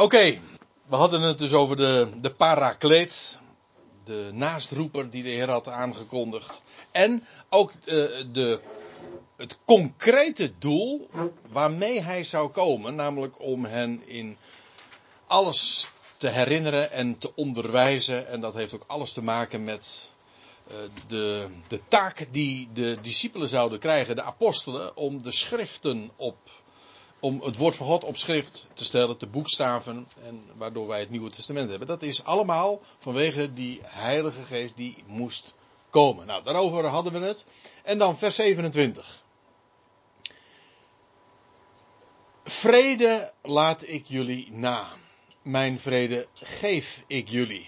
Oké, we hadden het dus over de parakleet. De naastroeper die de Heer had aangekondigd. En ook het concrete doel waarmee hij zou komen. Namelijk om hen in alles te herinneren en te onderwijzen. En dat heeft ook alles te maken met de taak die de discipelen zouden krijgen. De apostelen om de schriften om het woord van God op schrift te stellen, te boekstaven, en waardoor wij het Nieuwe Testament hebben. Dat is allemaal vanwege die Heilige Geest die moest komen. Nou, daarover hadden we het. En dan vers 27. Vrede laat ik jullie na. Mijn vrede geef ik jullie.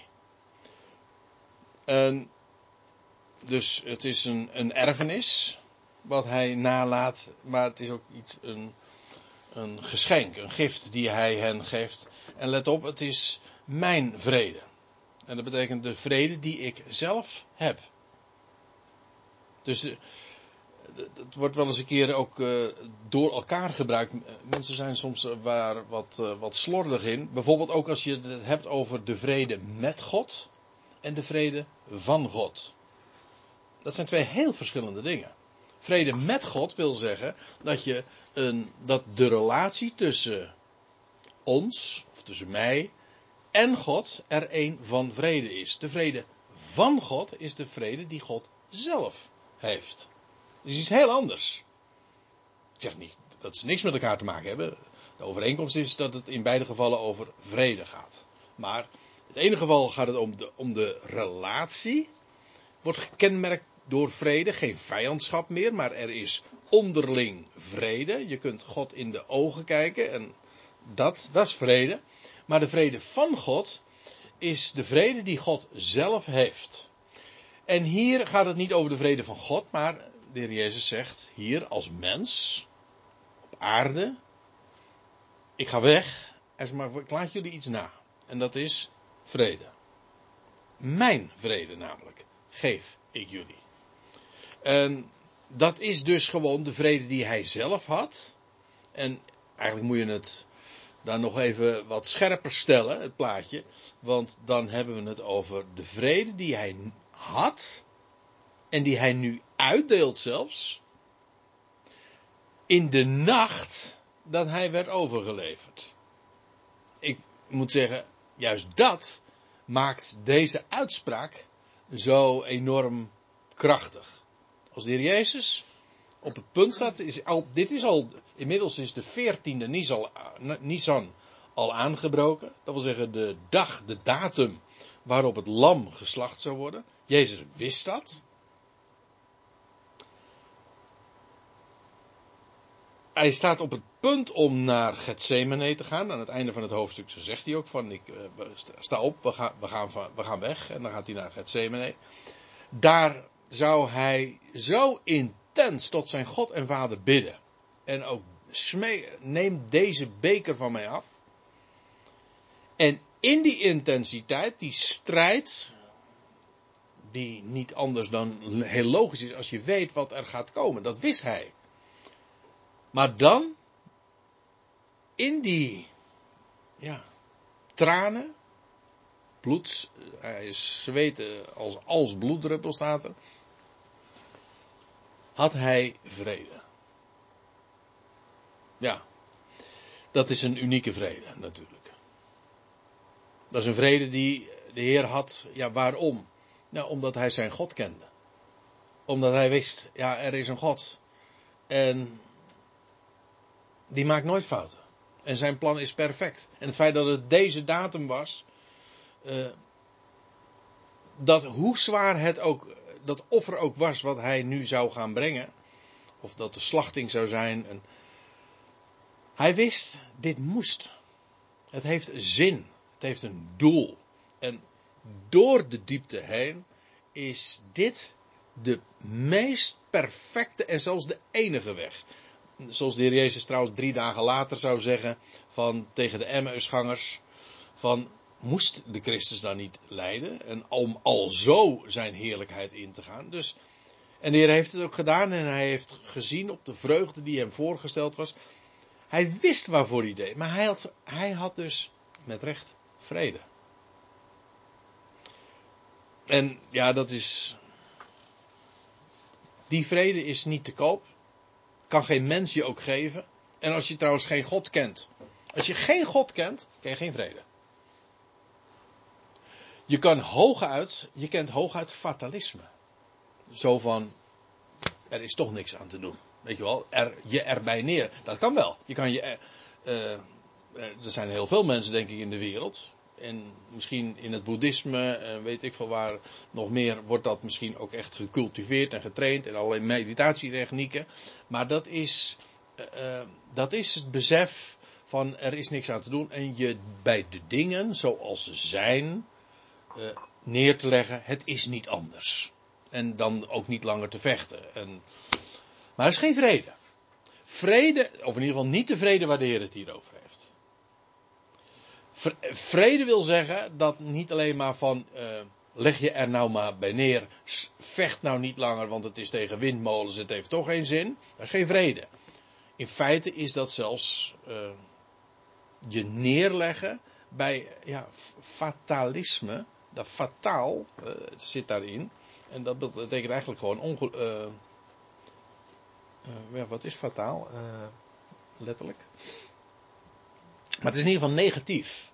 Dus het is een erfenis wat hij nalaat, maar het is ook een geschenk, een gift die hij hen geeft. En let op, het is mijn vrede. En dat betekent de vrede die ik zelf heb. Dus het wordt wel eens een keer ook door elkaar gebruikt. Mensen zijn soms wat slordig in. Bijvoorbeeld ook als je het hebt over de vrede met God en de vrede van God. Dat zijn twee heel verschillende dingen. Vrede met God wil zeggen dat de relatie tussen ons, of tussen mij en God, er één van vrede is. De vrede van God is de vrede die God zelf heeft. Dat is iets heel anders. Ik zeg niet dat ze niks met elkaar te maken hebben. De overeenkomst is dat het in beide gevallen over vrede gaat. Maar in het ene geval gaat het om de relatie. Wordt gekenmerkt door vrede, geen vijandschap meer, maar er is onderling vrede. Je kunt God in de ogen kijken en dat is vrede. Maar de vrede van God is de vrede die God zelf heeft. En hier gaat het niet over de vrede van God, maar de Heer Jezus zegt hier als mens op aarde: ik ga weg, maar ik laat jullie iets na. En dat is vrede. Mijn vrede namelijk geef ik jullie. En dat is dus gewoon de vrede die hij zelf had. En eigenlijk moet je het daar nog even wat scherper stellen, het plaatje. Want dan hebben we het over de vrede die hij had. En die hij nu uitdeelt zelfs. In de nacht dat hij werd overgeleverd. Ik moet zeggen, juist dat maakt deze uitspraak zo enorm krachtig. Als de Heer Jezus op het punt staat, inmiddels is de 14e Nisan al aangebroken. Dat wil zeggen de datum waarop het lam geslacht zou worden. Jezus wist dat. Hij staat op het punt om naar Getsemane te gaan. Aan het einde van het hoofdstuk zegt hij ook van, sta op, we gaan weg. En dan gaat hij naar Getsemane. Daar zou hij zo intens tot zijn God en Vader bidden. En ook neem deze beker van mij af. En in die intensiteit, die strijd, die niet anders dan heel logisch is als je weet wat er gaat komen. Dat wist hij. Maar dan, in die tranen, bloed, hij zweten als bloeddruppel staat er, had hij vrede. Ja, dat is een unieke vrede natuurlijk. Dat is een vrede die de Heer had. Ja, waarom? Nou, omdat hij zijn God kende. Omdat hij wist, ja, er is een God. En die maakt nooit fouten. En zijn plan is perfect. En het feit dat het deze datum was, dat hoe zwaar het ook, dat offer ook was wat hij nu zou gaan brengen, of dat de slachting zou zijn, en hij wist, dit moest. Het heeft zin. Het heeft een doel. En door de diepte heen is dit de meest perfecte en zelfs de enige weg. Zoals de Heer Jezus trouwens 3 dagen later zou zeggen tegen de Emmausgangers, moest de Christus dan niet lijden en om alzo zijn heerlijkheid in te gaan. Dus, en de Heer heeft het ook gedaan en hij heeft gezien op de vreugde die hem voorgesteld was. Hij wist waarvoor hij deed, maar hij had dus met recht vrede. En ja, die vrede is niet te koop. Kan geen mens je ook geven. En als je trouwens geen God kent. Als je geen God kent, ken je geen vrede. Je kent hooguit fatalisme. Zo van, er is toch niks aan te doen. Weet je wel, je erbij neer. Dat kan wel. Je kan er zijn heel veel mensen denk ik in de wereld. En misschien in het boeddhisme en weet ik veel waar nog meer wordt dat misschien ook echt gecultiveerd en getraind. En allerlei meditatietechnieken. Maar dat is het besef van er is niks aan te doen. En je bij de dingen zoals ze zijn neer te leggen. Het is niet anders. En dan ook niet langer te vechten. Maar er is geen vrede. Vrede, of in ieder geval niet de vrede waar de Heer het hier over heeft. Vrede wil zeggen dat niet alleen maar van leg je er nou maar bij neer, vecht nou niet langer, want het is tegen windmolens, het heeft toch geen zin. Dat is geen vrede. In feite is dat zelfs je neerleggen bij fatalisme. Dat fataal zit daarin. En dat betekent eigenlijk gewoon wat is fataal? Letterlijk. Maar het is in ieder geval negatief.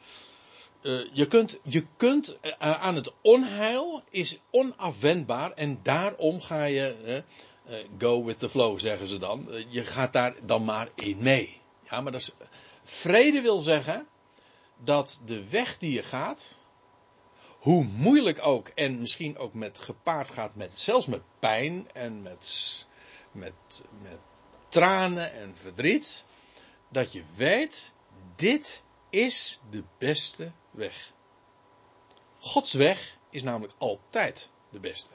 Je kunt aan het onheil is onafwendbaar en daarom ga je go with the flow, zeggen ze dan. Je gaat daar dan maar in mee. Ja, maar vrede wil zeggen dat de weg die je gaat, hoe moeilijk ook en misschien ook met gepaard gaat zelfs met pijn en met tranen en verdriet, dat je weet, dit is de beste weg. Gods weg is namelijk altijd de beste.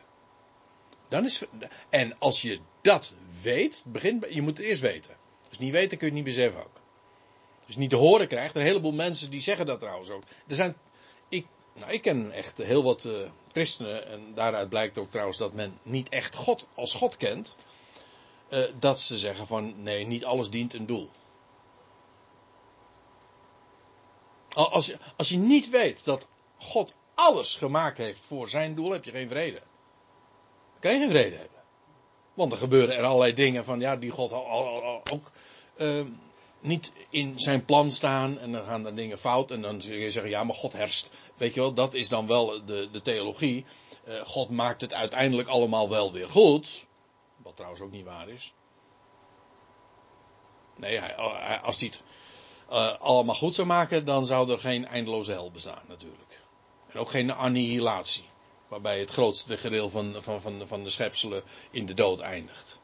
En als je dat weet, je moet het eerst weten. Dus niet weten kun je het niet beseffen ook. Dus niet te horen krijgt. Een heleboel mensen die zeggen dat trouwens ook. Ik ken echt heel wat christenen. En daaruit blijkt ook trouwens dat men niet echt God als God kent. Dat ze zeggen van nee, niet alles dient een doel. Als je niet weet dat God alles gemaakt heeft voor zijn doel, heb je geen vrede. Dan kan je geen vrede hebben. Want er gebeuren er allerlei dingen van die God ook niet in zijn plan staan. En dan gaan er dingen fout. En dan kun je zeggen, maar God herst. Weet je wel, dat is dan wel de theologie. God maakt het uiteindelijk allemaal wel weer goed. Wat trouwens ook niet waar is. Nee, als hij het allemaal goed zou maken, dan zou er geen eindeloze hel bestaan natuurlijk. En ook geen annihilatie. Waarbij het grootste gedeelte van de schepselen in de dood eindigt.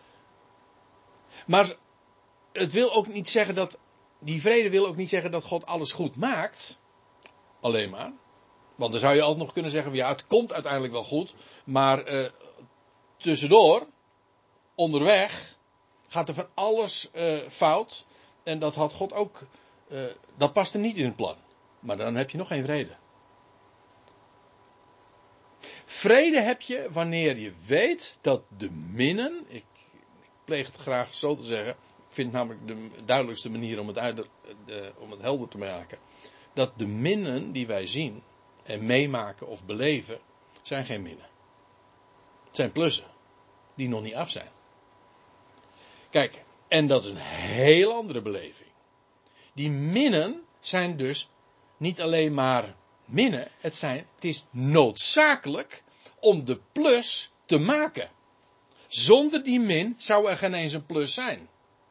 Maar het wil ook niet zeggen dat. Die vrede wil ook niet zeggen dat God alles goed maakt. Alleen maar. Want dan zou je altijd nog kunnen zeggen: het komt uiteindelijk wel goed. Maar tussendoor, onderweg, gaat er van alles fout. En dat had God ook. Dat paste niet in het plan. Maar dan heb je nog geen vrede. Vrede heb je wanneer je weet dat de minnen. Ik pleeg het graag zo te zeggen. Ik vind het namelijk de duidelijkste manier om het helder te maken. Dat de minnen die wij zien en meemaken of beleven, zijn geen minnen. Het zijn plussen die nog niet af zijn. Kijk, en dat is een heel andere beleving. Die minnen zijn dus niet alleen maar minnen. Het is noodzakelijk om de plus te maken. Zonder die min zou er geen eens een plus zijn.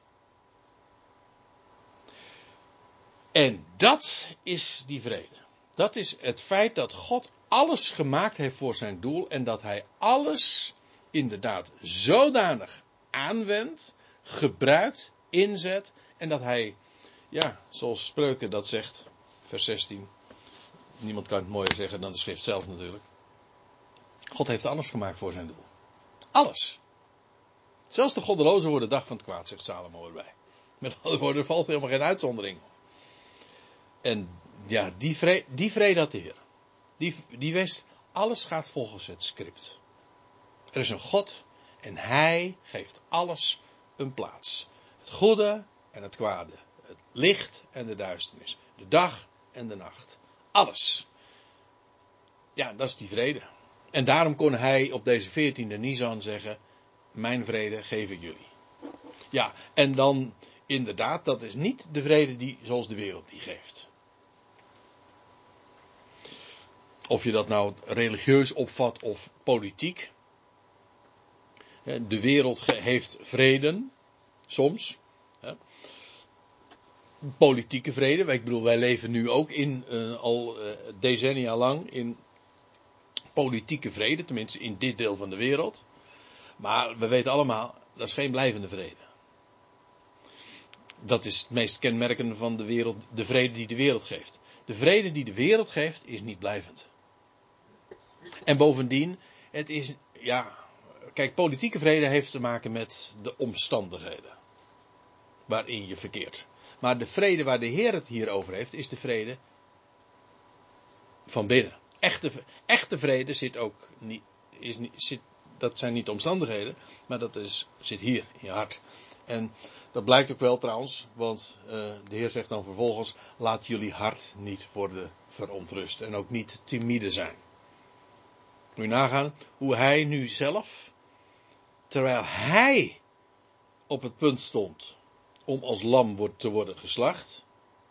En dat is die vrede. Dat is het feit dat God alles gemaakt heeft voor zijn doel. En dat hij alles inderdaad zodanig aanwendt, gebruikt, inzet. En dat hij, zoals Spreuken dat zegt, vers 16. Niemand kan het mooier zeggen dan de schrift zelf natuurlijk. God heeft alles gemaakt voor zijn doel. Alles. Zelfs de goddelozen worden dag van het kwaad, zegt Salomo erbij. Met andere woorden, er valt helemaal geen uitzondering. En die vrede had de Heer. Die wist, alles gaat volgens het script. Er is een God en hij geeft alles een plaats. Het goede en het kwade. Het licht en de duisternis. De dag en de nacht. Alles. Ja, dat is die vrede. En daarom kon hij op deze 14e Nisan zeggen: mijn vrede geef ik jullie. Ja, en dan inderdaad, dat is niet de vrede die zoals de wereld die geeft. Of je dat nou religieus opvat of politiek. De wereld heeft vreden, soms. Politieke vrede. Ik bedoel, wij leven nu ook al decennia lang in politieke vrede. Tenminste in dit deel van de wereld. Maar we weten allemaal, dat is geen blijvende vrede. Dat is het meest kenmerkende van de wereld, de vrede die de wereld geeft. De vrede die de wereld geeft is niet blijvend. En bovendien, het is, kijk, politieke vrede heeft te maken met de omstandigheden waarin je verkeert. Maar de vrede waar de Heer het hier over heeft, is de vrede van binnen. Echte vrede zit ook niet, dat zijn niet de omstandigheden, maar dat zit hier in je hart. En dat blijkt ook wel trouwens, want de Heer zegt dan vervolgens: laat jullie hart niet worden verontrust en ook niet timide zijn. Moet je nagaan hoe hij nu zelf, terwijl hij op het punt stond om als lam te worden geslacht,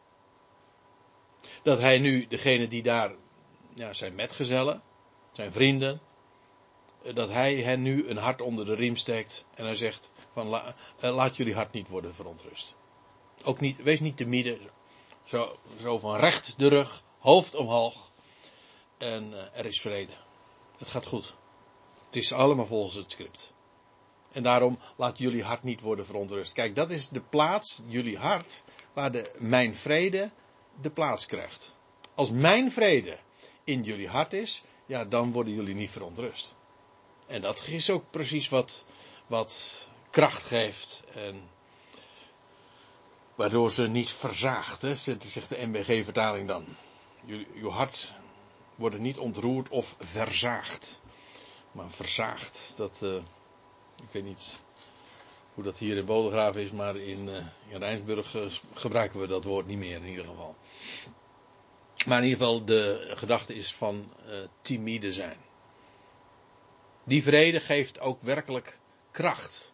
dat hij nu degene die daar, zijn metgezellen, zijn vrienden, dat hij hen nu een hart onder de riem steekt en hij zegt van laat jullie hart niet worden verontrust. Ook niet, wees niet timide, zo van recht de rug, hoofd omhoog en er is vrede. Het gaat goed. Het is allemaal volgens het script. En daarom laat jullie hart niet worden verontrust. Kijk, dat is de plaats, jullie hart, waar mijn vrede de plaats krijgt. Als mijn vrede in jullie hart is, dan worden jullie niet verontrust. En dat is ook precies wat kracht geeft. En waardoor ze niet verzaagt, zegt de NBG-vertaling dan. Uw hart wordt niet ontroerd of verzaagd. Maar verzaagd, ik weet niet hoe dat hier in Bodegraven is, maar in Rijnsburg gebruiken we dat woord niet meer in ieder geval. Maar in ieder geval de gedachte is van timide zijn. Die vrede geeft ook werkelijk kracht.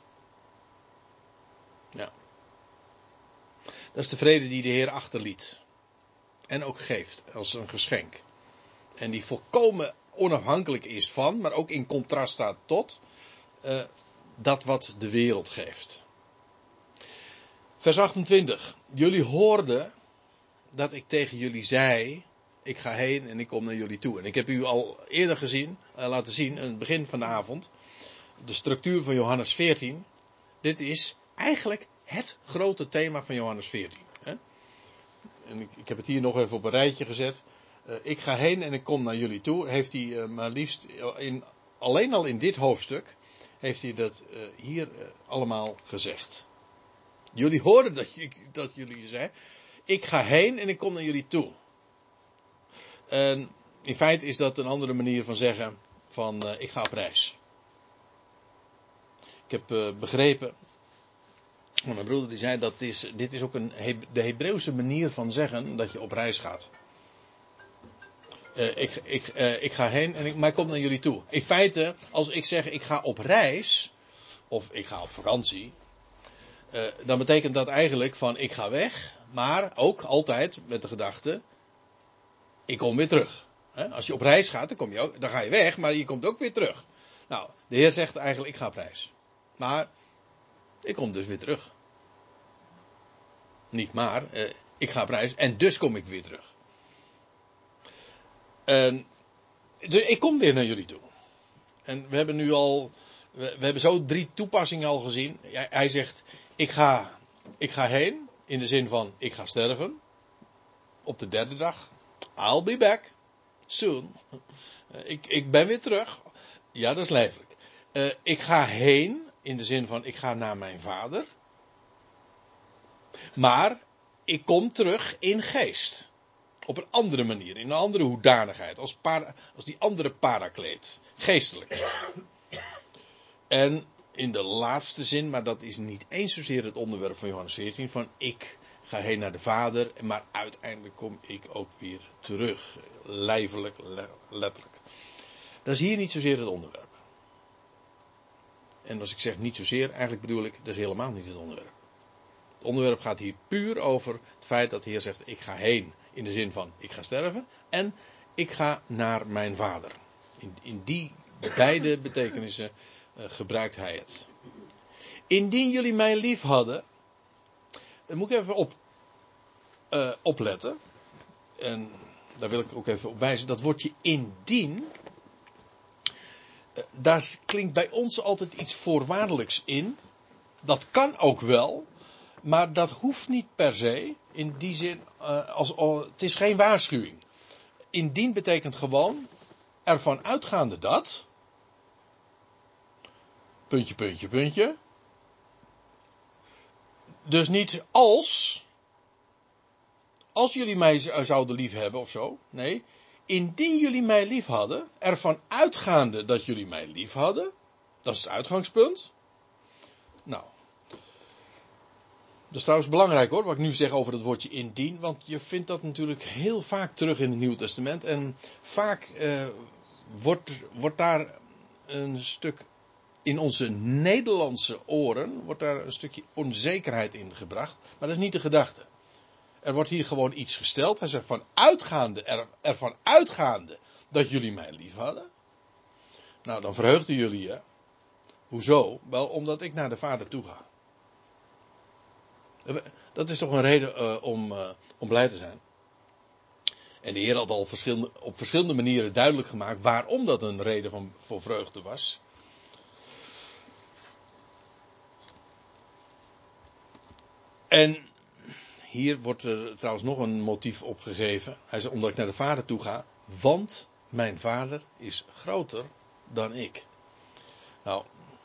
Ja. Dat is de vrede die de Heer achterliet. En ook geeft als een geschenk. En die volkomen onafhankelijk is van, maar ook in contrast staat tot dat wat de wereld geeft. Vers 28. Jullie hoorden dat ik tegen jullie zei: ik ga heen en ik kom naar jullie toe. En ik heb u al eerder laten zien, aan het begin van de avond, de structuur van Johannes 14. Dit is eigenlijk het grote thema van Johannes 14. Hè? En ik heb het hier nog even op een rijtje gezet. Ik ga heen en ik kom naar jullie toe. Heeft hij maar liefst alleen al in dit hoofdstuk heeft hij dat hier allemaal gezegd. Jullie hoorden dat jullie zei: ik ga heen en ik kom naar jullie toe. En in feite is dat een andere manier van zeggen van ik ga op reis. Ik heb begrepen, mijn broeder die zei dat dit is ook de Hebreeuwse manier van zeggen dat je op reis gaat. Ik ga heen maar ik kom naar jullie toe. In feite, als ik zeg ik ga op reis, of ik ga op vakantie, dan betekent dat eigenlijk van ik ga weg, maar ook altijd met de gedachte, ik kom weer terug. Als je op reis gaat, dan ga je weg, maar je komt ook weer terug. Nou, de Heer zegt eigenlijk ik ga op reis. Maar ik kom dus weer terug. Niet maar, ik ga op reis en dus kom ik weer terug. Dus ik kom weer naar jullie toe. En we hebben nu al, we hebben zo 3 toepassingen al gezien. Hij zegt, ik ga heen, in de zin van, ik ga sterven. Op de 3e dag. I'll be back. Soon. Ik ben weer terug. Ja, dat is lijfelijk. Ik ga heen, in de zin van, ik ga naar mijn vader. Maar, ik kom terug in geest. Op een andere manier, in een andere hoedanigheid. Als die andere parakleet. Geestelijk. En in de laatste zin, maar dat is niet eens zozeer het onderwerp van Johannes 14. Van ik ga heen naar de Vader, maar uiteindelijk kom ik ook weer terug. Lijfelijk, letterlijk. Dat is hier niet zozeer het onderwerp. En als ik zeg niet zozeer, eigenlijk bedoel ik, dat is helemaal niet het onderwerp. Het onderwerp gaat hier puur over het feit dat de Heer zegt, ik ga heen. In de zin van, ik ga sterven. En ik ga naar mijn Vader. In die beide betekenissen gebruikt hij het. Indien jullie mij lief hadden. Dan moet ik even opletten. En daar wil ik ook even op wijzen. Dat woordje indien. Daar klinkt bij ons altijd iets voorwaardelijks in. Dat kan ook wel. Maar dat hoeft niet per se. In die zin. Het is geen waarschuwing. Indien betekent gewoon. Ervan uitgaande dat. Puntje, puntje, puntje. Dus niet als jullie mij zouden lief hebben of zo. Nee. Indien jullie mij lief hadden. Ervan uitgaande dat jullie mij lief hadden. Dat is het uitgangspunt. Nou. Dat is trouwens belangrijk hoor. Wat ik nu zeg over het woordje indien. Want je vindt dat natuurlijk heel vaak terug in het Nieuwe Testament. En vaak wordt daar een stuk. In onze Nederlandse oren wordt daar een stukje onzekerheid in gebracht. Maar dat is niet de gedachte. Er wordt hier gewoon iets gesteld. Hij zegt ervan uitgaande dat jullie mij lief hadden. Nou, dan verheugden jullie je. Hoezo? Wel, omdat ik naar de Vader toe ga. Dat is toch een reden om blij te zijn. En de Heer had al op verschillende manieren duidelijk gemaakt waarom dat een reden voor vreugde was. En hier wordt er trouwens nog een motief opgegeven. Hij zegt, omdat ik naar de Vader toe ga. Want mijn Vader is groter dan ik. Nou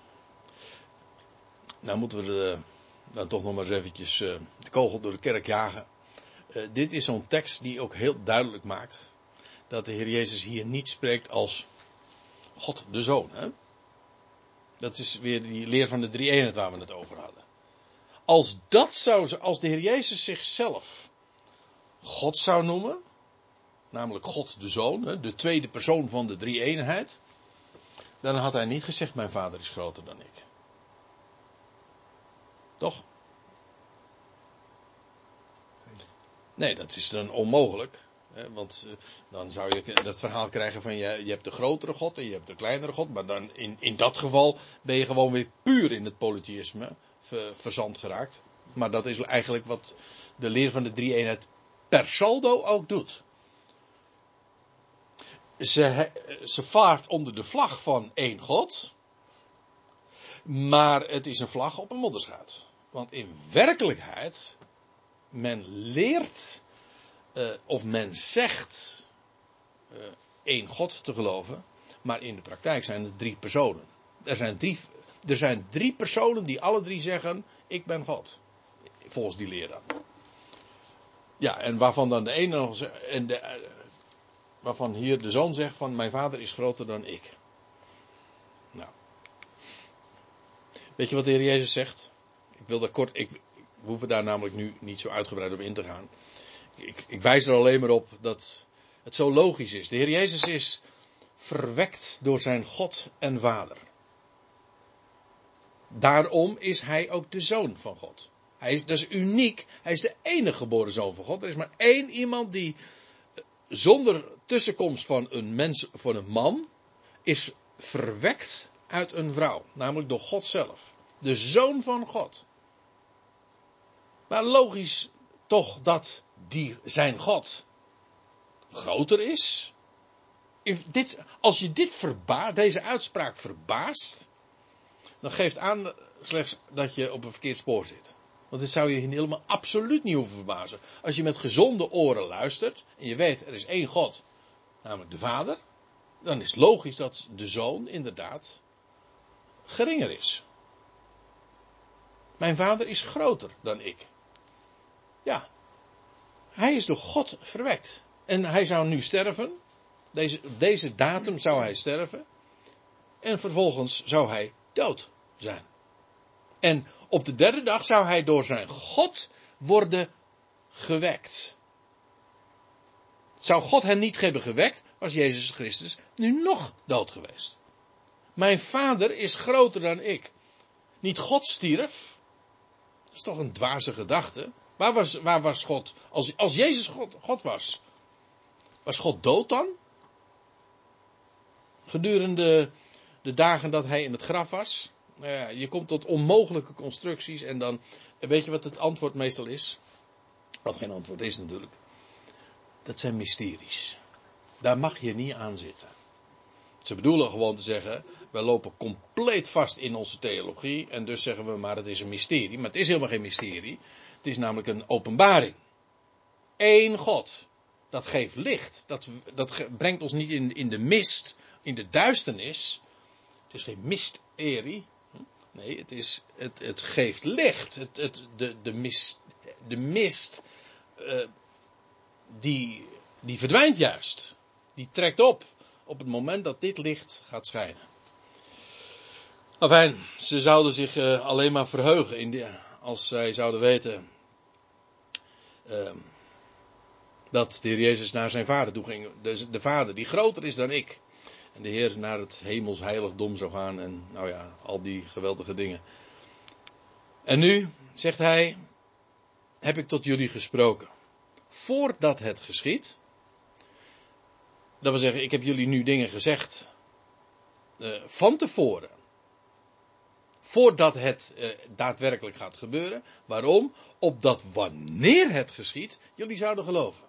moeten we dan toch nog maar eens eventjes de kogel door de kerk jagen. Dit is zo'n tekst die ook heel duidelijk maakt. Dat de Heer Jezus hier niet spreekt als God de Zoon. Hè? Dat is weer die leer van de drie-eenheid waar we het over hadden. Als de Heer Jezus zichzelf God zou noemen, namelijk God de Zoon, de tweede persoon van de drie-eenheid, dan had hij niet gezegd, mijn Vader is groter dan ik. Toch? Nee, dat is dan onmogelijk. Want dan zou je dat verhaal krijgen van je hebt de grotere God en je hebt de kleinere God. Maar dan in dat geval ben je gewoon weer puur in het polytheïsme verzand geraakt. Maar dat is eigenlijk wat de leer van de drie-eenheid per saldo ook doet. Ze vaart onder de vlag van één God. Maar het is een vlag op een modderschuit. Want in werkelijkheid, men leert of men zegt één God te geloven. Maar in de praktijk zijn het drie personen. Er zijn drie personen die alle drie zeggen, ik ben God. Volgens die leer dan. Ja, en waarvan dan de ene waarvan hier de zoon zegt van mijn Vader is groter dan ik. Nou. Weet je wat de Heer Jezus zegt? Ik wil daar kort, we hoeven daar namelijk nu niet zo uitgebreid op in te gaan. Ik wijs er alleen maar op dat het zo logisch is. De Heer Jezus is verwekt door zijn God en Vader. Daarom is hij ook de Zoon van God. Dat is uniek. Hij is de enige geboren Zoon van God. Er is maar één iemand die zonder tussenkomst van een man, is verwekt uit een vrouw. Namelijk door God zelf. De Zoon van God. Maar logisch toch dat zijn God groter is. Als je deze uitspraak verbaast, dan geeft aan slechts dat je op een verkeerd spoor zit. Want dit zou je helemaal absoluut niet hoeven verbazen. Als je met gezonde oren luistert en je weet er is één God, namelijk de Vader, dan is het logisch dat de Zoon inderdaad geringer is. Mijn Vader is groter dan ik. Ja, hij is door God verwekt. En hij zou nu sterven. Deze datum zou hij sterven. En vervolgens zou hij dood zijn. En op de derde dag zou hij door zijn God worden gewekt. Zou God hem niet hebben gewekt, was Jezus Christus nu nog dood geweest. Mijn Vader is groter dan ik. Niet God stierf. Dat is toch een dwaze gedachte. Waar was God? Als Jezus God was. Was God dood dan? Gedurende de dagen dat hij in het graf was. Nou ja, je komt tot onmogelijke constructies. En dan, weet je wat het antwoord meestal is? Wat geen antwoord is natuurlijk. Dat zijn mysteries. Daar mag je niet aan zitten. Ze bedoelen gewoon te zeggen, wij lopen compleet vast in onze theologie en dus zeggen we maar het is een mysterie. Maar het is helemaal geen mysterie. Het is namelijk een openbaring. Eén God. Dat geeft licht. Dat brengt ons niet in de mist, in de duisternis. Het is geen mysterie. Nee, het geeft licht. De mist die verdwijnt juist. Die trekt op het moment dat dit licht gaat schijnen. Enfin, ze zouden zich alleen maar verheugen als zij zouden weten dat de Heer Jezus naar zijn Vader toe ging. De Vader die groter is dan ik. En de Heer naar het hemels heiligdom zou gaan en nou ja, al die geweldige dingen. En nu, zegt hij, heb ik tot jullie gesproken. Voordat het geschiet. Dat wil zeggen, ik heb jullie nu dingen gezegd van tevoren. Voordat het daadwerkelijk gaat gebeuren. Waarom? Opdat wanneer het geschiet, jullie zouden geloven.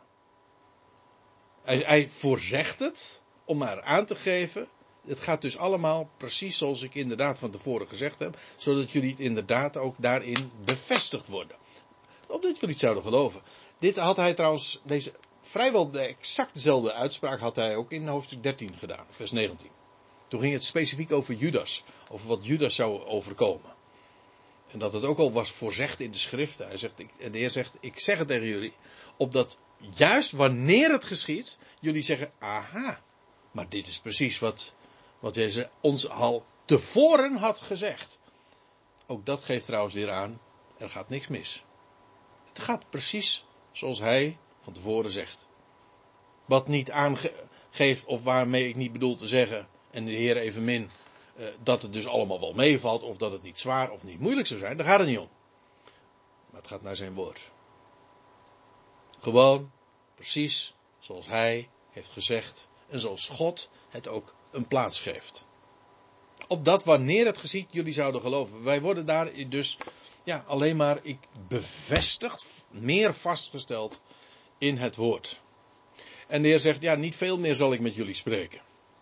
Hij voorzegt het om maar aan te geven. Het gaat dus allemaal precies zoals ik inderdaad van tevoren gezegd heb. Zodat jullie inderdaad ook daarin bevestigd worden. Opdat jullie het zouden geloven. Dit had hij trouwens, vrijwel de exact dezelfde uitspraak had hij ook in hoofdstuk 13 gedaan, vers 19. Toen ging het specifiek over Judas. Over wat Judas zou overkomen. En dat het ook al was voorzegd in de schriften. De Heer zegt, ik zeg het tegen jullie. Opdat juist wanneer het geschiet, jullie zeggen, aha. Maar dit is precies wat Jezus ons al tevoren had gezegd. Ook dat geeft trouwens weer aan, er gaat niks mis. Het gaat precies zoals hij van tevoren zegt. Wat niet aangeeft of waarmee ik niet bedoel te zeggen, en de Heer evenmin, dat het dus allemaal wel meevalt, of dat het niet zwaar of niet moeilijk zou zijn, daar gaat het niet om. Maar het gaat naar zijn woord. Gewoon, precies zoals hij heeft gezegd, en zoals God het ook een plaats geeft. Opdat wanneer het geschiet, jullie zouden geloven. Wij worden daar dus, ja, alleen maar bevestigd, meer vastgesteld in het woord. En de Heer zegt, ja, niet veel meer zal ik met jullie spreken.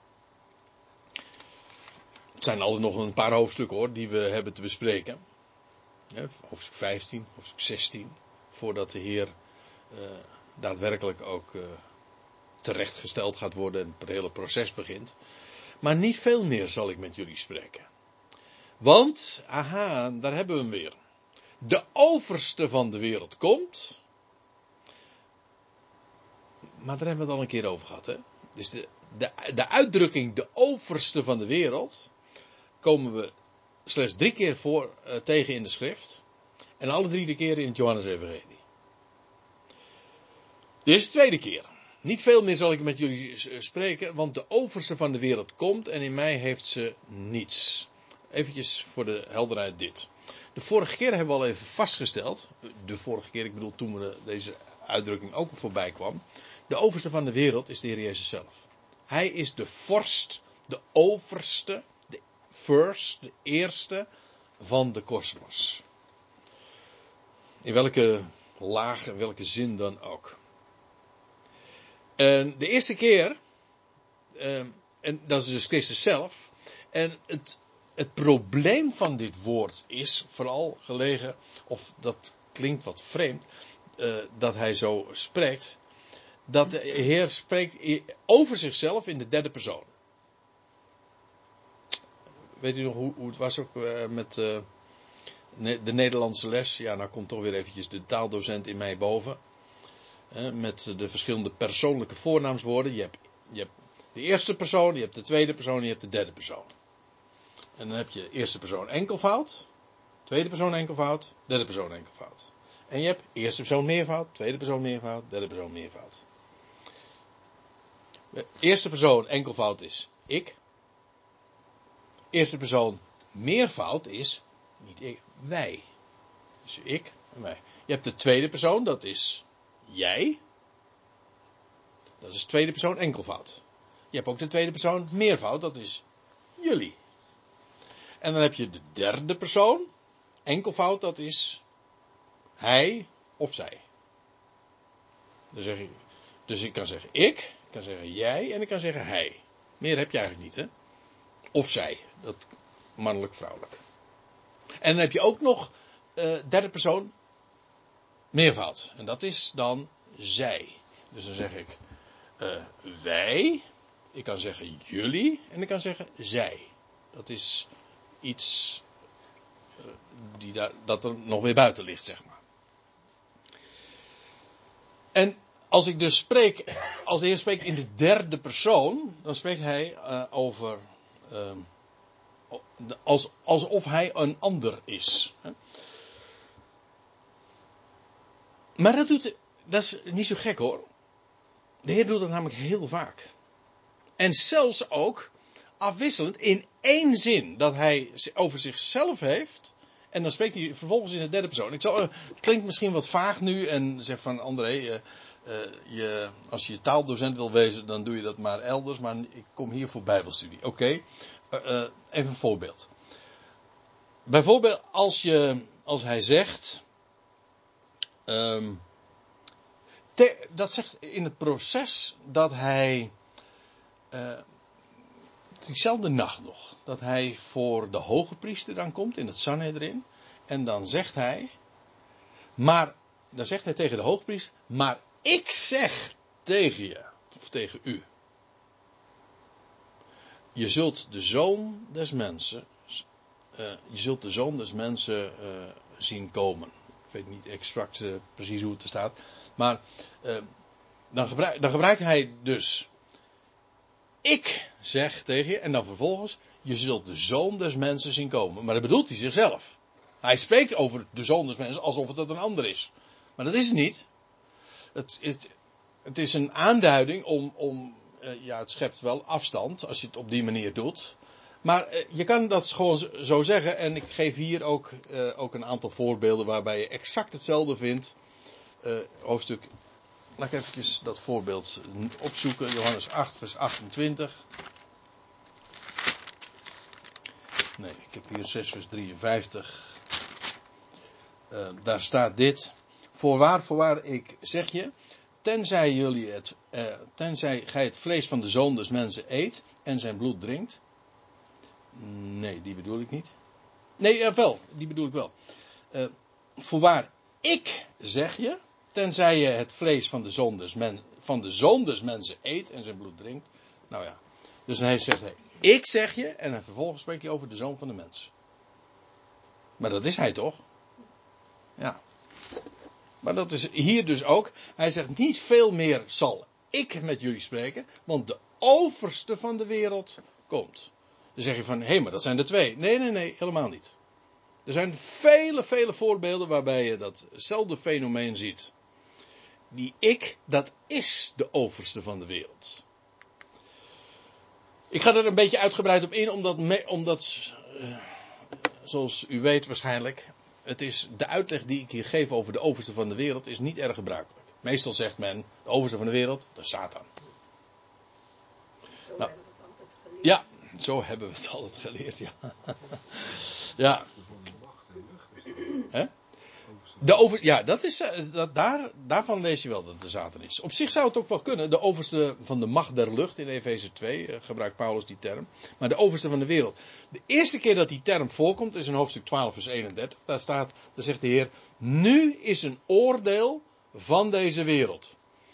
Het zijn altijd nog een paar hoofdstukken hoor, die we hebben te bespreken. Hoofdstuk 15, hoofdstuk 16. Voordat de Heer daadwerkelijk ook terechtgesteld gaat worden en het hele proces begint. Maar niet veel meer zal ik met jullie spreken. Want, aha, daar hebben we hem weer. De overste van de wereld komt. Maar daar hebben we het al een keer over gehad. Hè? Dus de uitdrukking de overste van de wereld komen we slechts 3 keer tegen in de schrift. En alle 3 de keren in het Johannes-evangelie. Dit is de tweede keer. Niet veel meer zal ik met jullie spreken, want de overste van de wereld komt en in mij heeft ze niets. Eventjes voor de helderheid dit. De vorige keer hebben we al even vastgesteld. De vorige keer, ik bedoel toen deze uitdrukking ook voorbij kwam. De overste van de wereld is de Heer Jezus zelf. Hij is de vorst, de overste, de first, de eerste van de kosmos. In welke laag en welke zin dan ook. En de eerste keer, en dat is dus Christus zelf. En het probleem van dit woord is vooral gelegen, of dat klinkt wat vreemd, dat hij zo spreekt. Dat de Heer spreekt over zichzelf in de derde persoon. Weet u nog hoe het was ook met de Nederlandse les? Ja, nou komt toch weer eventjes de taaldocent in mij boven. Met de verschillende persoonlijke voornaamswoorden. Je hebt de eerste persoon, je hebt de tweede persoon, je hebt de derde persoon. En dan heb je eerste persoon enkelvoud, tweede persoon enkelvoud, derde persoon enkelvoud. En je hebt eerste persoon meervoud, tweede persoon meervoud, derde persoon meervoud. Eerste persoon enkelvoud is ik. Eerste persoon meervoud is niet ik, wij. Dus ik en wij. Je hebt de tweede persoon, dat is jij. Dat is tweede persoon enkelvoud. Je hebt ook de tweede persoon meervoud, dat is jullie. En dan heb je de derde persoon enkelvoud, dat is hij of zij. Dus ik kan zeggen ik kan zeggen jij en ik kan zeggen hij. Meer heb je eigenlijk niet, hè? Of zij, dat mannelijk, vrouwelijk. En dan heb je ook nog derde persoon meervoud. En dat is dan zij. Dus dan zeg ik wij. Ik kan zeggen jullie. En ik kan zeggen zij. Dat is iets dat er nog weer buiten ligt, zeg maar. En als ik dus spreek, als de Heer spreekt in de derde persoon, dan spreekt hij over alsof hij een ander is. Maar dat is niet zo gek hoor. De Heer doet dat namelijk heel vaak. En zelfs ook afwisselend in één zin dat hij over zichzelf heeft. En dan spreekt hij vervolgens in de derde persoon. Het klinkt misschien wat vaag nu en zegt van André, als je taaldocent wil wezen dan doe je dat maar elders. Maar ik kom hier voor bijbelstudie. Oké. Even een voorbeeld. Bijvoorbeeld als hij zegt, dat zegt in het proces dat hij, diezelfde nacht nog, dat hij voor de hoge priester dan komt in het Sanhedrin. En dan zegt hij tegen de hoogpriester, maar ik zeg tegen je, of tegen u. Je zult de zoon des mensen zien komen. Ik weet niet exact precies hoe het er staat. Maar dan gebruikt hij dus ik zeg tegen je en dan vervolgens je zult de zoon des mensen zien komen. Maar dat bedoelt hij zichzelf. Hij spreekt over de zoon des mensen alsof het een ander is. Maar dat is het niet. Het is een aanduiding om het schept wel afstand als je het op die manier doet. Maar je kan dat gewoon zo zeggen. En ik geef hier ook een aantal voorbeelden waarbij je exact hetzelfde vindt. Hoofdstuk. Laat ik even dat voorbeeld opzoeken. Johannes 8 vers 28. Nee, ik heb hier 6 vers 53. Daar staat dit. Voorwaar, ik zeg je. Tenzij gij het vlees van de zoon des mensen eet en zijn bloed drinkt. Nee, die bedoel ik niet. Nee, wel, die bedoel ik wel. Voorwaar, ik zeg je, tenzij je het vlees van de zoon des mensen eet en zijn bloed drinkt. Nou ja, dus hij zegt, ik zeg je, en dan vervolgens spreekt hij over de zoon van de mens. Maar dat is hij toch? Ja. Maar dat is hier dus ook. Hij zegt niet veel meer zal ik met jullie spreken, want de overste van de wereld komt. Dan zeg je van, maar dat zijn er twee. Nee, helemaal niet. Er zijn vele voorbeelden waarbij je datzelfde fenomeen ziet. Die dat is de overste van de wereld. Ik ga er een beetje uitgebreid op in, omdat zoals u weet waarschijnlijk, de uitleg die ik hier geef over de overste van de wereld is niet erg gebruikelijk. Meestal zegt men, de overste van de wereld, dat is Satan. Zo hebben we het altijd geleerd. Ja, zo hebben we het altijd geleerd, ja. Ja. Hè? Daarvan lees je wel dat het de Satan is. Op zich zou het ook wel kunnen. De overste van de macht der lucht in Efeze 2 gebruikt Paulus die term. Maar de overste van de wereld. De eerste keer dat die term voorkomt is in hoofdstuk 12 vers 31. Daar zegt de Heer, nu is een oordeel van deze wereld.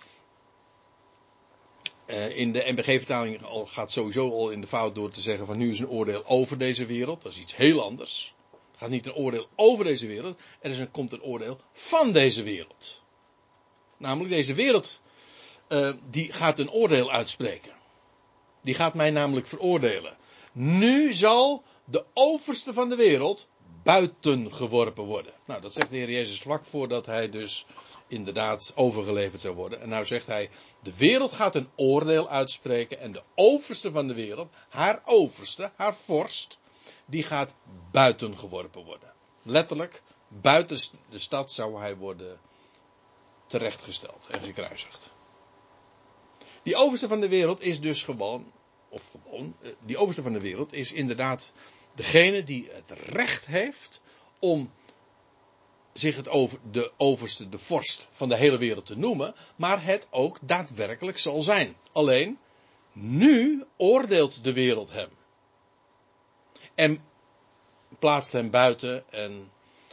In de NBG-vertaling gaat sowieso al in de fout door te zeggen van nu is een oordeel over deze wereld. Dat is iets heel anders. Er gaat niet een oordeel over deze wereld. Komt een oordeel van deze wereld. Namelijk deze wereld die gaat een oordeel uitspreken. Die gaat mij namelijk veroordelen. Nu zal de overste van de wereld buiten geworpen worden. Nou, dat zegt de Heer Jezus vlak voordat hij dus inderdaad overgeleverd zou worden. En nou zegt hij, de wereld gaat een oordeel uitspreken en de overste van de wereld, haar overste, haar vorst, die gaat buiten geworpen worden. Letterlijk, buiten de stad zou hij worden terechtgesteld en gekruisigd. Die overste van de wereld is dus die overste van de wereld is inderdaad degene die het recht heeft om zich de overste, de vorst van de hele wereld te noemen, maar het ook daadwerkelijk zal zijn. Alleen, nu oordeelt de wereld hem. En plaatst hem buiten en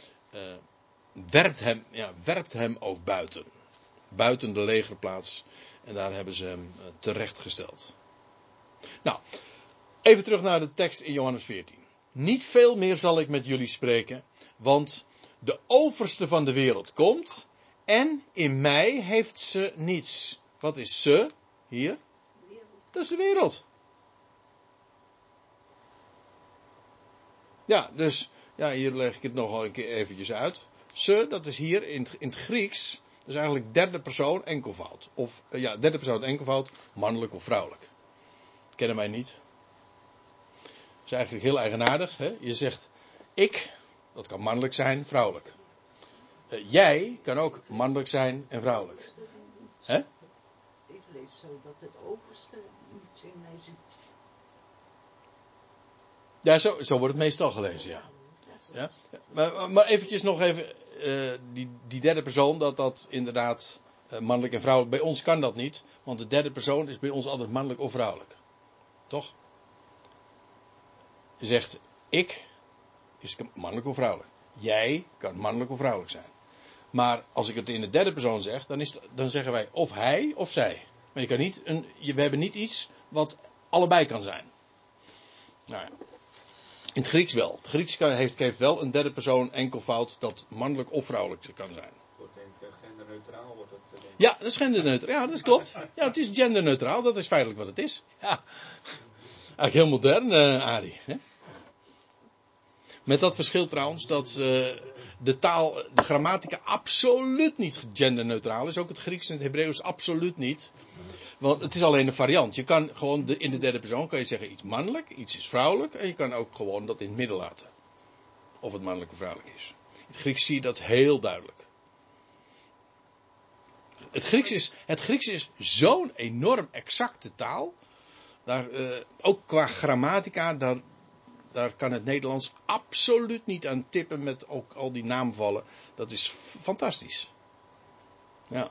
werpt hem ook buiten. Buiten de legerplaats. En daar hebben ze hem terechtgesteld. Nou, even terug naar de tekst in Johannes 14. Niet veel meer zal ik met jullie spreken, want de overste van de wereld komt en in mij heeft ze niets. Wat is ze hier? Dat is de wereld. Ja, dus hier leg ik het nog een keer eventjes uit. Ze, dat is hier in het Grieks, dat is eigenlijk derde persoon enkelvoud. Of derde persoon enkelvoud, mannelijk of vrouwelijk. Kennen wij niet. Dat is eigenlijk heel eigenaardig. Hè? Je zegt ik, dat kan mannelijk zijn, vrouwelijk. Jij kan ook mannelijk zijn en vrouwelijk. Hè? Ik lees zo dat het overste niets in mij ziet. Ja, zo wordt het meestal gelezen, ja. Ja? Maar eventjes nog even, die derde persoon, dat inderdaad mannelijk en vrouwelijk. Bij ons kan dat niet, want de derde persoon is bij ons altijd mannelijk of vrouwelijk. Toch? Je zegt, ik is mannelijk of vrouwelijk. Jij kan mannelijk of vrouwelijk zijn. Maar als ik het in de derde persoon zeg, dan zeggen wij of hij of zij. Maar je kan niet we hebben niet iets wat allebei kan zijn. Nou ja. In het Grieks wel. Het Grieks heeft wel een derde persoon enkelvoud dat mannelijk of vrouwelijk kan zijn. Wordt denk ik genderneutraal. Wordt het, Ja, dat is genderneutraal. Ja, dat klopt. Ja, het is genderneutraal. Dat is feitelijk wat het is. Ja. Eigenlijk heel modern, Arie. Hè? Met dat verschil trouwens dat de taal, de grammatica absoluut niet genderneutraal is. Ook het Grieks en het Hebreeuws absoluut niet. Want het is alleen een variant. Je kan gewoon in de derde persoon kan je zeggen iets mannelijk, iets is vrouwelijk. En je kan ook gewoon dat in het midden laten. Of het mannelijk of vrouwelijk is. In het Grieks zie je dat heel duidelijk. Het Grieks is zo'n enorm exacte taal. Ook qua grammatica, daar kan het Nederlands absoluut niet aan tippen met ook al die naamvallen. Dat is fantastisch. Ja.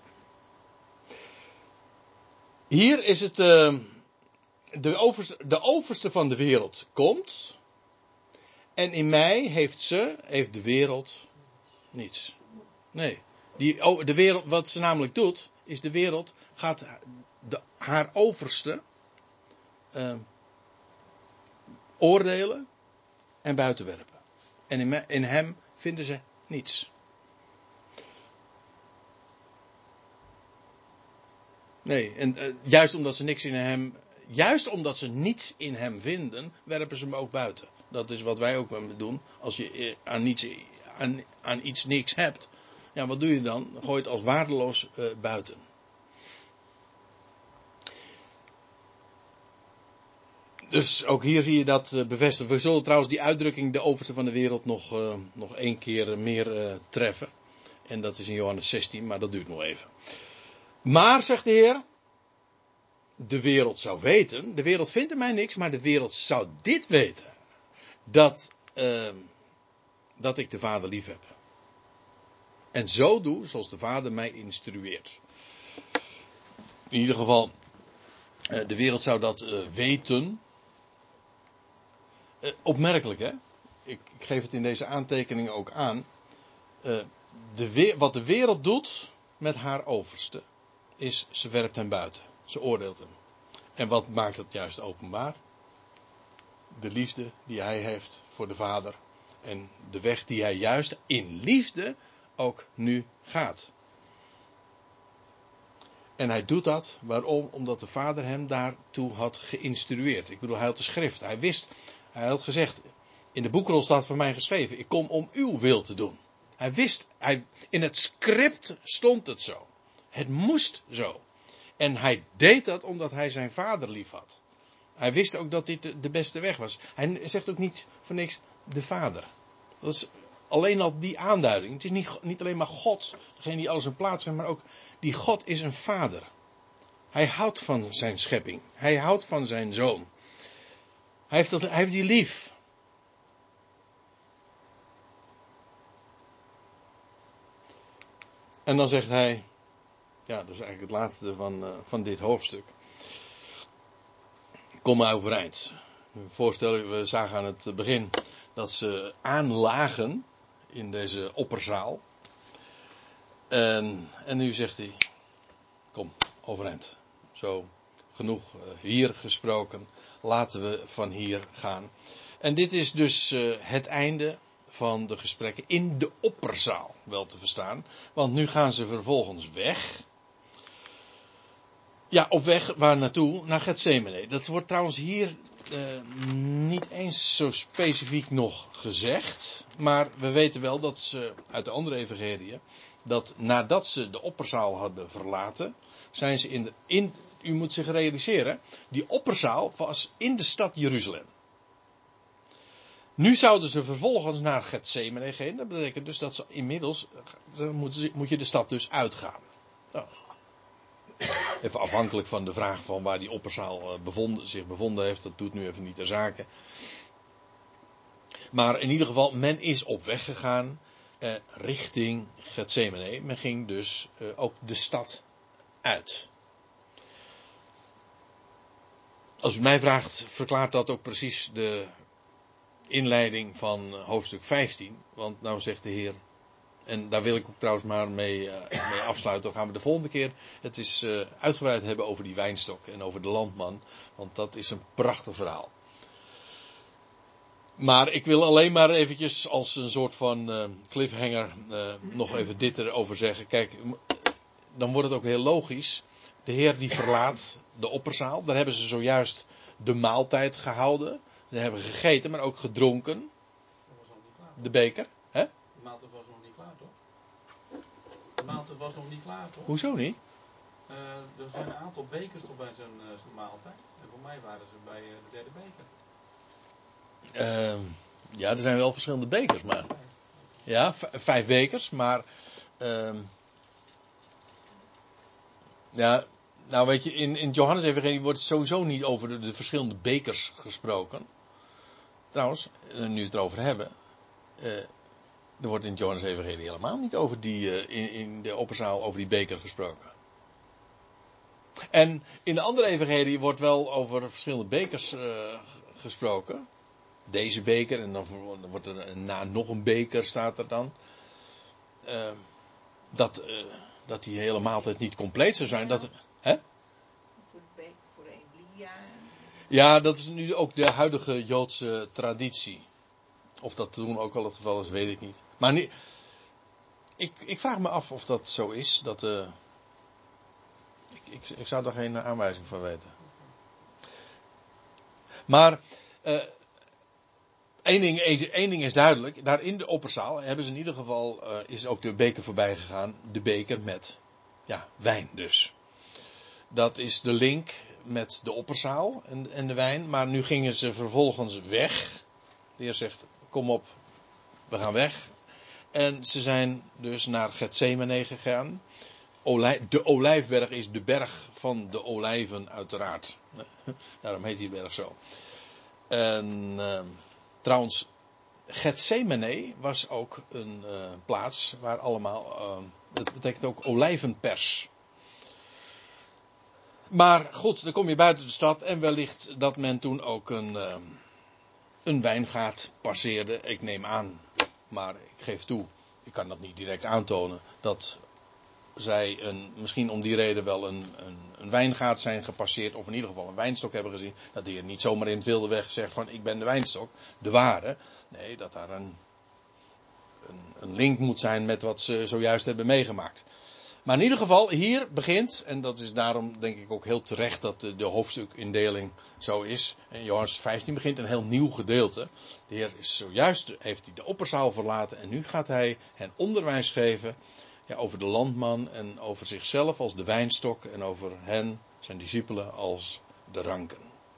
Hier is het de overste van de wereld komt. En in mij heeft de wereld niets. Nee. De wereld, wat ze namelijk doet, is de wereld gaat haar overste oordelen en buitenwerpen. En in hem vinden ze niets. Nee, en juist omdat ze niets in hem vinden, werpen ze hem ook buiten. Dat is wat wij ook doen. Als je aan iets niks hebt, ja, wat doe je dan? Dan gooi je het als waardeloos buiten. Dus ook hier zie je dat bevestigd. We zullen trouwens die uitdrukking de overste van de wereld nog één keer meer treffen. En dat is in Johannes 16, maar dat duurt nog even. Maar, zegt de Heer, de wereld zou weten, de wereld vindt in mij niks, maar de wereld zou dit weten. Dat ik de Vader lief heb. En zo doe zoals de Vader mij instrueert. In ieder geval, de wereld zou dat weten. Opmerkelijk, hè? Ik geef het in deze aantekening ook aan. Wat de wereld doet met haar overste, is ze werpt hem buiten. Ze oordeelt hem. En wat maakt het juist openbaar? De liefde die hij heeft voor de Vader. En de weg die hij juist in liefde ook nu gaat. En hij doet dat, waarom? Omdat de Vader hem daartoe had geïnstrueerd. Ik bedoel, hij had de schrift. Hij had gezegd, In de boekrol staat van mij geschreven, ik kom om uw wil te doen. In het script stond het zo. Het moest zo. En hij deed dat omdat hij zijn vader lief had. Hij wist ook dat dit de beste weg was. Hij zegt ook niet voor niks de vader. Dat is alleen al die aanduiding. Het is niet alleen maar God, degene die alles in plaats heeft, maar ook die God is een vader. Hij houdt van zijn schepping. Hij houdt van zijn zoon. Hij heeft die lief. En dan zegt hij, ja, dat is eigenlijk het laatste van dit hoofdstuk. Kom maar overeind. Voorstel, we zagen aan het begin dat ze aanlagen in deze opperzaal. En nu zegt hij, kom overeind. Zo genoeg hier gesproken. Laten we van hier gaan. En dit is dus het einde van de gesprekken in de opperzaal, wel te verstaan. Want nu gaan ze vervolgens weg. Ja, op weg waar naartoe? Naar Getsemane. Dat wordt trouwens hier niet eens zo specifiek nog gezegd. Maar we weten wel dat ze uit de andere evangeliën, dat nadat ze de opperzaal hadden verlaten, zijn ze u moet zich realiseren, die opperzaal was in de stad Jeruzalem. Nu zouden ze vervolgens naar Getsemane gaan. Dat betekent dus dat ze inmiddels, moet je de stad dus uitgaan. Nou, even afhankelijk van de vraag van waar die opperzaal zich bevonden heeft. Dat doet nu even niet ter zake. Maar in ieder geval, men is op weg gegaan richting Getsemane. Men ging dus ook de stad uit. Als u mij vraagt, verklaart dat ook precies de inleiding van hoofdstuk 15. Want nou zegt de Heer, en daar wil ik ook trouwens maar mee afsluiten. Dan gaan we de volgende keer het is uitgebreid hebben over die wijnstok en over de landman. Want dat is een prachtig verhaal. Maar ik wil alleen maar eventjes als een soort van cliffhanger nog even dit erover zeggen. Kijk, dan wordt het ook heel logisch. De Heer die verlaat de opperzaal. Daar hebben ze zojuist de maaltijd gehouden. Ze hebben gegeten, maar ook gedronken. Dat was nog niet klaar. De beker. Hè? De maaltijd was nog niet klaar, toch? De maaltijd was nog niet klaar, toch? Hoezo niet? Er zijn een aantal bekers toch bij zijn maaltijd. En voor mij waren ze bij de derde beker. Ja, er zijn wel verschillende bekers, maar. Ja, 5 bekers, maar. Ja, nou weet je, in het Johannes-evangelie wordt sowieso niet over de verschillende bekers gesproken. Trouwens, nu we het erover hebben. Er wordt in het Johannes-evangelie helemaal niet over in de opperzaal over die beker gesproken. En in de andere evangelie wordt wel over verschillende bekers gesproken. Deze beker en dan wordt er na nog een beker staat er dan. Dat die hele maaltijd niet compleet zou zijn. Dat, hè? Voor de beker voor Elia. Ja, dat is nu ook de huidige Joodse traditie. Of dat toen ook al het geval is, weet ik niet. Maar ik vraag me af of dat zo is. Ik zou daar geen aanwijzing van weten. Maar één ding is duidelijk. Daar in de opperzaal hebben ze in ieder geval is ook de beker voorbij gegaan. De beker met wijn dus. Dat is de link met de opperzaal en de wijn. Maar nu gingen ze vervolgens weg. De Heer zegt, kom op, we gaan weg. En ze zijn dus naar Getsemane gegaan. De Olijfberg is de berg van de olijven uiteraard. Daarom heet die berg zo. En trouwens, Getsemane was ook een plaats waar allemaal, dat betekent ook olijvenpers. Maar goed, dan kom je buiten de stad en wellicht dat men toen ook een wijngaard passeerde. Ik neem aan, maar ik geef toe, ik kan dat niet direct aantonen, dat zij misschien om die reden wel een wijngaard zijn gepasseerd, of in ieder geval een wijnstok hebben gezien. Dat de Heer niet zomaar in het wilde weg zegt van ik ben de wijnstok, de ware. Nee, dat daar een link moet zijn met wat ze zojuist hebben meegemaakt. Maar in ieder geval, hier begint, en dat is daarom denk ik ook heel terecht dat de hoofdstukindeling zo is. En Johannes 15 begint een heel nieuw gedeelte. De Heer is zojuist, heeft hij de opperzaal verlaten en nu gaat hij hen onderwijs geven, ja, over de landman en over zichzelf als de wijnstok en over hen, zijn discipelen, als de ranken.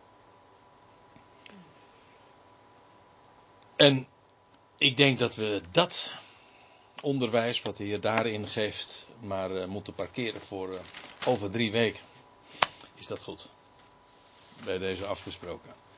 En ik denk dat we dat onderwijs wat de Heer daarin geeft maar moeten parkeren voor over 3 weken. Is dat goed? Bij deze afgesproken.